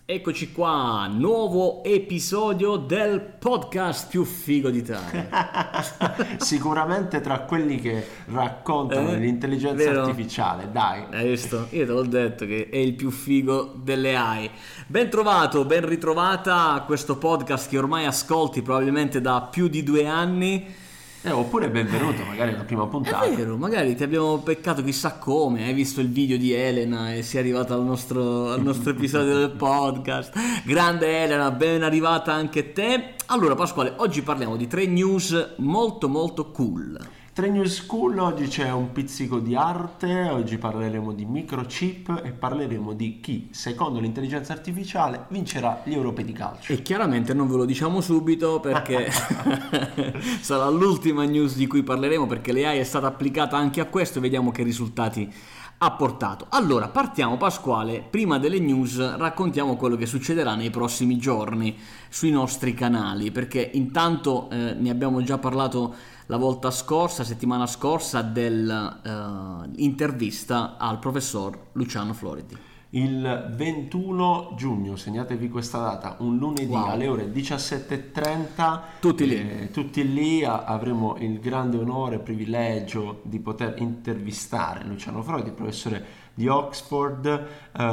Eccoci qua, nuovo episodio del podcast più figo d'Italia. Sicuramente tra quelli che raccontano l'intelligenza vero? artificiale, dai. Hai visto? Io te l'ho detto che è il più figo delle AI. Ben trovato, ben ritrovata a questo podcast che ormai ascolti probabilmente da più di 2 anni. Oppure benvenuto magari alla prima puntata. È vero, magari ti abbiamo beccato chissà come, hai visto il video di Elena e sei arrivata al nostro episodio del podcast. Grande Elena, ben arrivata anche te. Allora Pasquale, oggi parliamo di 3 news molto molto cool. 3 news cool, oggi c'è un pizzico di arte, oggi parleremo di microchip e parleremo di chi, secondo l'intelligenza artificiale, vincerà gli europei di calcio. E chiaramente non ve lo diciamo subito perché sarà l'ultima news di cui parleremo, perché l'AI è stata applicata anche a questo e vediamo che risultati ha portato. Allora, partiamo Pasquale, prima delle news raccontiamo quello che succederà nei prossimi giorni sui nostri canali, perché intanto ne abbiamo già parlato la settimana scorsa, dell'intervista al professor Luciano Floridi. Il 21 giugno, segnatevi questa data, un lunedì alle ore 17:30, tutti lì avremo il grande onore e privilegio di poter intervistare Luciano Floridi, professore di Oxford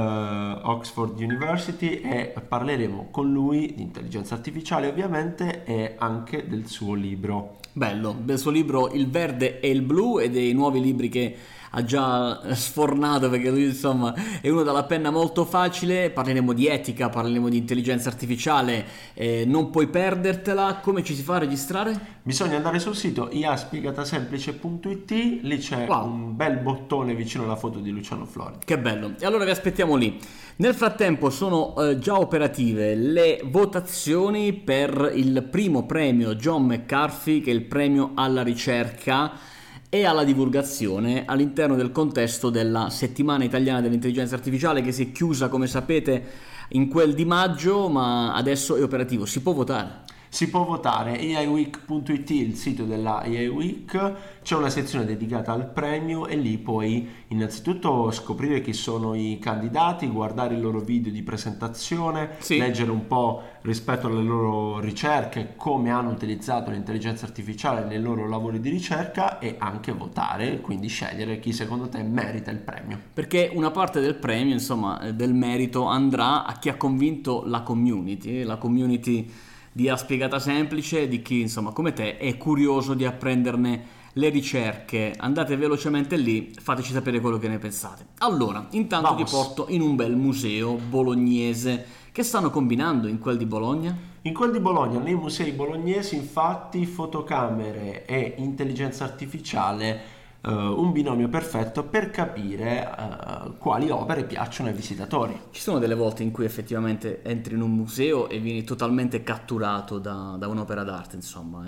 University, e parleremo con lui di intelligenza artificiale ovviamente e anche del suo libro. Bello, del suo libro Il verde e il blu e dei nuovi libri che ha già sfornato, perché lui insomma è uno dalla penna molto facile. Parleremo di etica, parleremo di intelligenza artificiale, non puoi perdertela. Come ci si fa a registrare? Bisogna andare sul sito iaspiegatasemplice.it, lì c'è un bel bottone vicino alla foto di Luciano Floridi. Che bello, e allora vi aspettiamo lì. Nel frattempo sono già operative le votazioni per il primo premio John McCarthy, che è il premio alla ricerca e alla divulgazione all'interno del contesto della settimana italiana dell'intelligenza artificiale, che si è chiusa, come sapete, in quel di maggio, ma adesso è operativo, si può votare. Si può votare, aiweek.it, il sito della AI Week, c'è una sezione dedicata al premio e lì puoi innanzitutto scoprire chi sono i candidati, guardare i loro video di presentazione, leggere un po' rispetto alle loro ricerche, come hanno utilizzato l'intelligenza artificiale nei loro lavori di ricerca, e anche votare, quindi scegliere chi secondo te merita il premio. Perché una parte del premio, insomma, del merito andrà a chi ha convinto la community di A Spiegata Semplice, di chi insomma come te è curioso di apprenderne le ricerche. Andate velocemente lì, fateci sapere quello che ne pensate. Allora, intanto ti porto in un bel museo bolognese. Che stanno combinando in quel di Bologna? In quel di Bologna, nei musei bolognesi, infatti, fotocamere e intelligenza artificiale, un binomio perfetto per capire quali opere piacciono ai visitatori. Ci sono delle volte in cui effettivamente entri in un museo e vieni totalmente catturato da un'opera d'arte, insomma,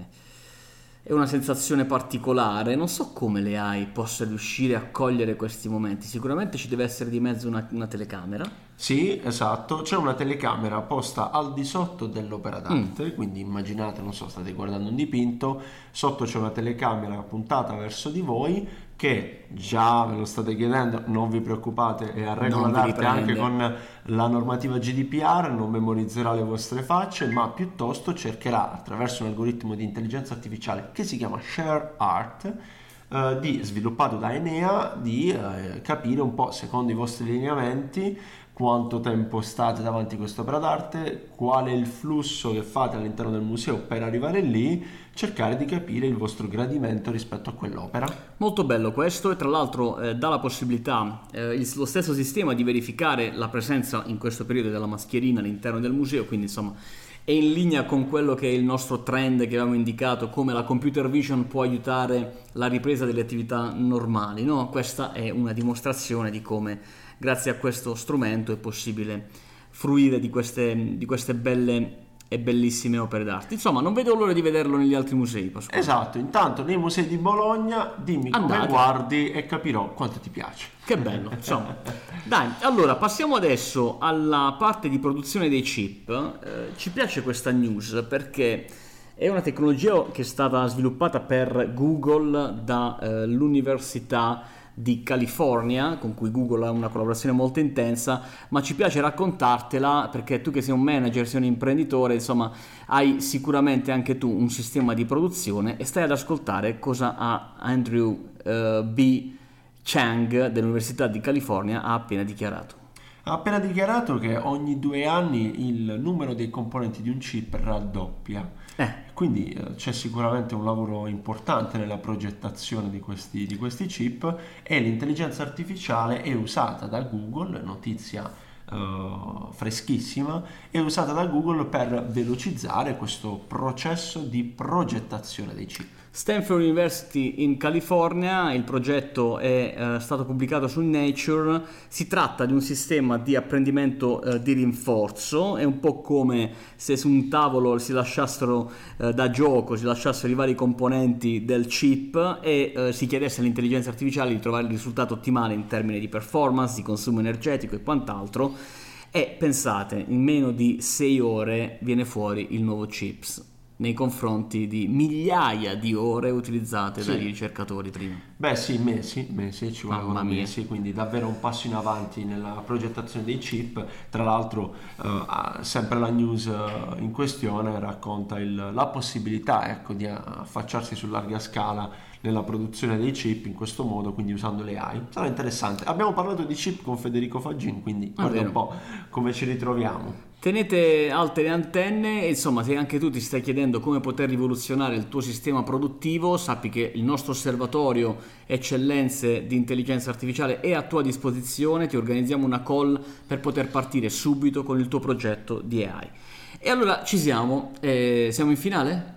è una sensazione particolare. Non so come le AI possa riuscire a cogliere questi momenti. Sicuramente ci deve essere di mezzo una telecamera. Sì, esatto, c'è una telecamera posta al di sotto dell'opera d'arte, quindi immaginate, non so, state guardando un dipinto, sotto c'è una telecamera puntata verso di voi, che già ve lo state chiedendo, non vi preoccupate, è a regola d'arte anche con la normativa GDPR, non memorizzerà le vostre facce, ma piuttosto cercherà, attraverso un algoritmo di intelligenza artificiale che si chiama Share Art, sviluppato da Enea, di capire un po', secondo i vostri lineamenti, quanto tempo state davanti a quest'opera d'arte, qual è il flusso che fate all'interno del museo per arrivare lì, cercare di capire il vostro gradimento rispetto a quell'opera. Molto bello questo, e tra l'altro dà la possibilità, lo stesso sistema, di verificare la presenza in questo periodo della mascherina all'interno del museo, quindi insomma è in linea con quello che è il nostro trend che avevamo indicato, come la computer vision può aiutare la ripresa delle attività normali, no? Questa è una dimostrazione di come grazie a questo strumento è possibile fruire di queste belle e bellissime opere d'arte. Insomma, non vedo l'ora di vederlo negli altri musei, Pasquale. Esatto, intanto nei musei di Bologna dimmi come guardi e capirò quanto ti piace. Che bello, insomma. Dai, allora passiamo adesso alla parte di produzione dei chip. Ci piace questa news perché è una tecnologia che è stata sviluppata per Google dall'Università di California, con cui Google ha una collaborazione molto intensa, ma ci piace raccontartela perché tu che sei un manager, sei un imprenditore, insomma hai sicuramente anche tu un sistema di produzione, e stai ad ascoltare cosa Andrew B. Chang dell'Università di California ha appena dichiarato. Ha appena dichiarato che ogni 2 anni il numero dei componenti di un chip raddoppia. Quindi c'è sicuramente un lavoro importante nella progettazione di questi chip, e l'intelligenza artificiale è usata da Google, notizia freschissima, è usata da Google per velocizzare questo processo di progettazione dei chip. Stanford University in California, il progetto è stato pubblicato su Nature. Si tratta di un sistema di apprendimento di rinforzo, è un po' come se su un tavolo si lasciassero da gioco, si lasciassero i vari componenti del chip e si chiedesse all'intelligenza artificiale di trovare il risultato ottimale in termini di performance, di consumo energetico e quant'altro, e pensate, in meno di 6 ore viene fuori il nuovo chips, nei confronti di migliaia di ore utilizzate dai ricercatori prima. Beh sì, mesi ci volevano mesi, quindi davvero un passo in avanti nella progettazione dei chip. Tra l'altro sempre la news in questione racconta la possibilità, ecco, di affacciarsi su larga scala nella produzione dei chip in questo modo, quindi usando le AI. Sarà interessante. Abbiamo parlato di chip con Federico Faggin, quindi guarda un po' come ci ritroviamo. Tenete alte le antenne e insomma, se anche tu ti stai chiedendo come poter rivoluzionare il tuo sistema produttivo, sappi che il nostro osservatorio eccellenze di intelligenza artificiale è a tua disposizione. Ti organizziamo una call per poter partire subito con il tuo progetto di AI. E allora ci siamo, siamo in finale?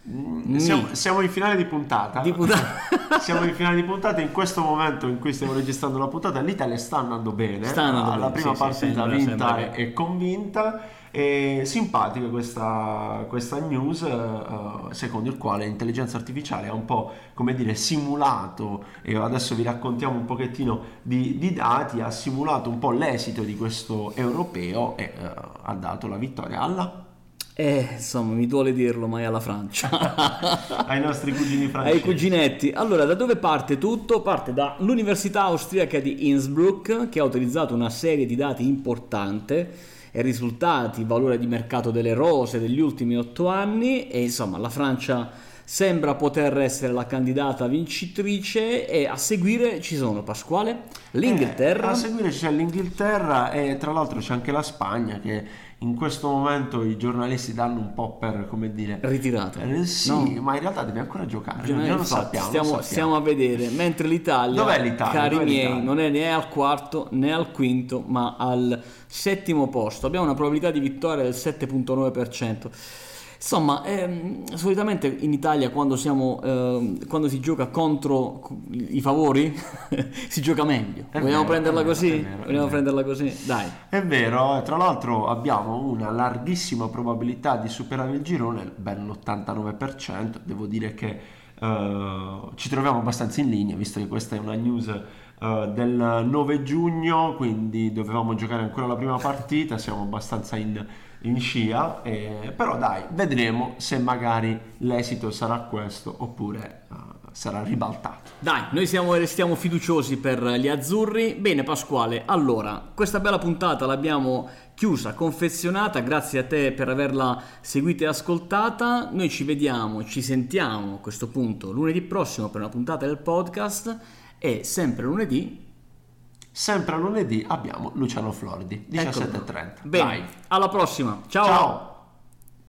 Siamo in finale di puntata. Siamo in finale di puntata. In questo momento in cui stiamo registrando la puntata, l'Italia sta andando bene. La prima partita vinta e convinta. È simpatica questa news, secondo il quale l'intelligenza artificiale ha un po', come dire, simulato, e adesso vi raccontiamo un pochettino di dati, ha simulato un po' l'esito di questo europeo e ha dato la vittoria alla... insomma, mi duole dirlo, ma è alla Francia. Ai nostri cugini francesi. Ai cuginetti. Allora, da dove parte tutto? Parte dall'Università austriaca di Innsbruck, che ha utilizzato una serie di dati importante e risultati, valore di mercato delle rose degli ultimi 8 anni, e insomma la Francia sembra poter essere la candidata vincitrice. E a seguire ci sono, Pasquale, l'Inghilterra. A seguire c'è l'Inghilterra e tra l'altro c'è anche la Spagna, che in questo momento i giornalisti danno un po' per, come dire, ritirata. Sì, no, ma in realtà devi ancora giocare. Non sappiamo. Stiamo a vedere. Mentre l'Italia, dov'è l'Italia? Cari miei, non è né al quarto né al quinto, ma al 7° posto. Abbiamo una probabilità di vittoria del 7,9%. Insomma, solitamente in Italia quando si gioca contro i favori si gioca meglio. Vogliamo prenderla così? Vogliamo prenderla così? Dai. È vero, tra l'altro abbiamo una larghissima probabilità di superare il girone, ben l'89%. Devo dire che ci troviamo abbastanza in linea, visto che questa è una news del 9 giugno, quindi dovevamo giocare ancora la prima partita, siamo abbastanza in scia, però dai, vedremo se magari l'esito sarà questo oppure sarà ribaltato. Dai, noi restiamo fiduciosi per gli azzurri. Bene Pasquale, allora questa bella puntata l'abbiamo chiusa, confezionata, grazie a te per averla seguita e ascoltata. Noi ci sentiamo a questo punto lunedì prossimo per una puntata del podcast, e sempre a lunedì abbiamo Luciano Floridi, 17:30. Bene, alla prossima, ciao.